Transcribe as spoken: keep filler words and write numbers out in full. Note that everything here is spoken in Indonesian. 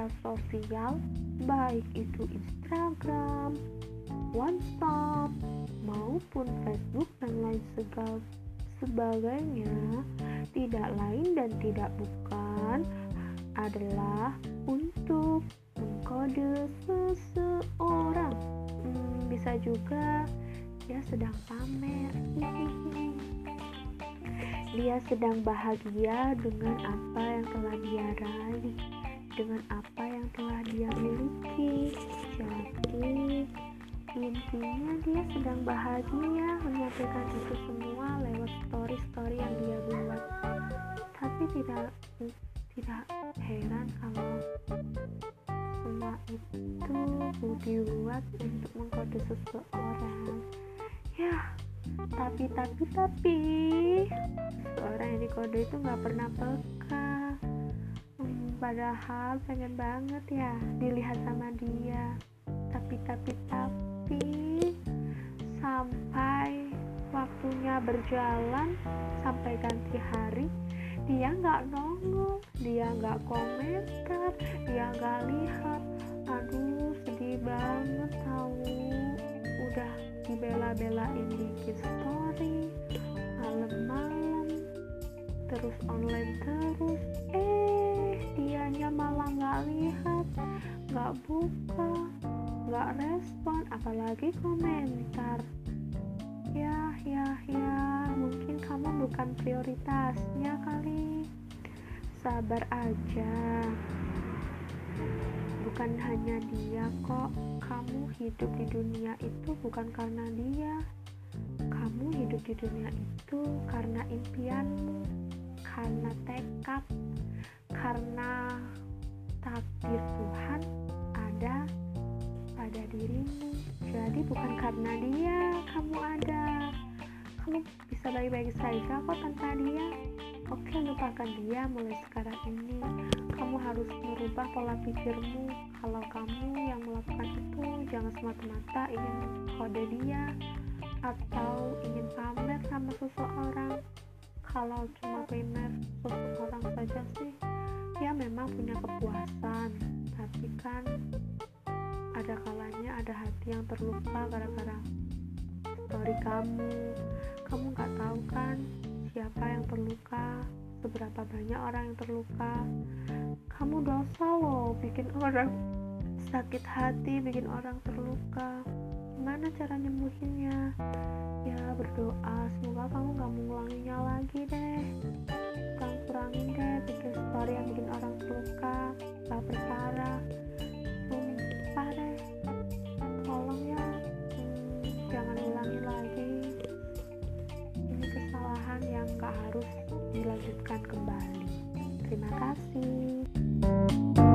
media sosial, baik itu Instagram, WhatsApp, maupun Facebook dan lain sebagainya, tidak lain dan tidak bukan adalah untuk mengkode seseorang. Hmm, bisa juga dia sedang pamer. Dia sedang bahagia dengan apa yang telah dia raih, dengan apa yang telah dia miliki. Jadi intinya dia sedang bahagia menyampaikan itu semua lewat story-story yang dia buat. Tapi tidak tidak heran kalau semua itu dibuat untuk mengkode seseorang. Ya, tapi tapi tapi seorang yang dikode itu nggak pernah peka. Hmm, padahal pengen banget ya dilihat sama dia. Tapi tapi tapi sampai waktunya berjalan, sampai ganti hari, dia nggak nongol, dia nggak komentar, dia nggak lihat. Aduh, sedih banget tahu. Udah dibela-belain bikin story malam-malam, terus online terus, eh dianya malah nggak lihat, nggak buka, nggak respon, apalagi komentar. Ya ya ya mungkin kamu bukan prioritasnya kali. Sabar aja, bukan hanya dia kok. Kamu hidup di dunia itu bukan karena dia. Kamu hidup di dunia itu karena impianmu, karena tekad, karena takdir Tuhan ada pada dirimu. Jadi bukan karena dia kamu ada. Kamu bisa baik-baik saja kok tanpa dia. Oke, lupakan dia mulai sekarang ini. Kamu harus merubah pola pikirmu. Kalau kamu yang melakukan itu, jangan semata-mata ingin kode dia atau ingin pamer sama seseorang. Kalau cuma pamer seseorang saja sih, ya memang punya kepuasan. Tapi kan ada kalanya ada hati yang terluka gara-gara story kamu. Kamu gak tahu kan siapa yang terluka, seberapa banyak orang yang terluka. Kamu dosa loh bikin orang sakit hati, bikin orang terluka. Gimana cara nyembuhinnya? Ya berdoa, semoga kamu gak mengulanginya lagi deh. Kamu kurangin deh bikin story yang bikin orang terluka, gak berparah. Sumpah deh, tolong ya, hmm, jangan ulangi lagi. Ini kesalahan yang gak harus dilanjutkan kembali. Terima kasih.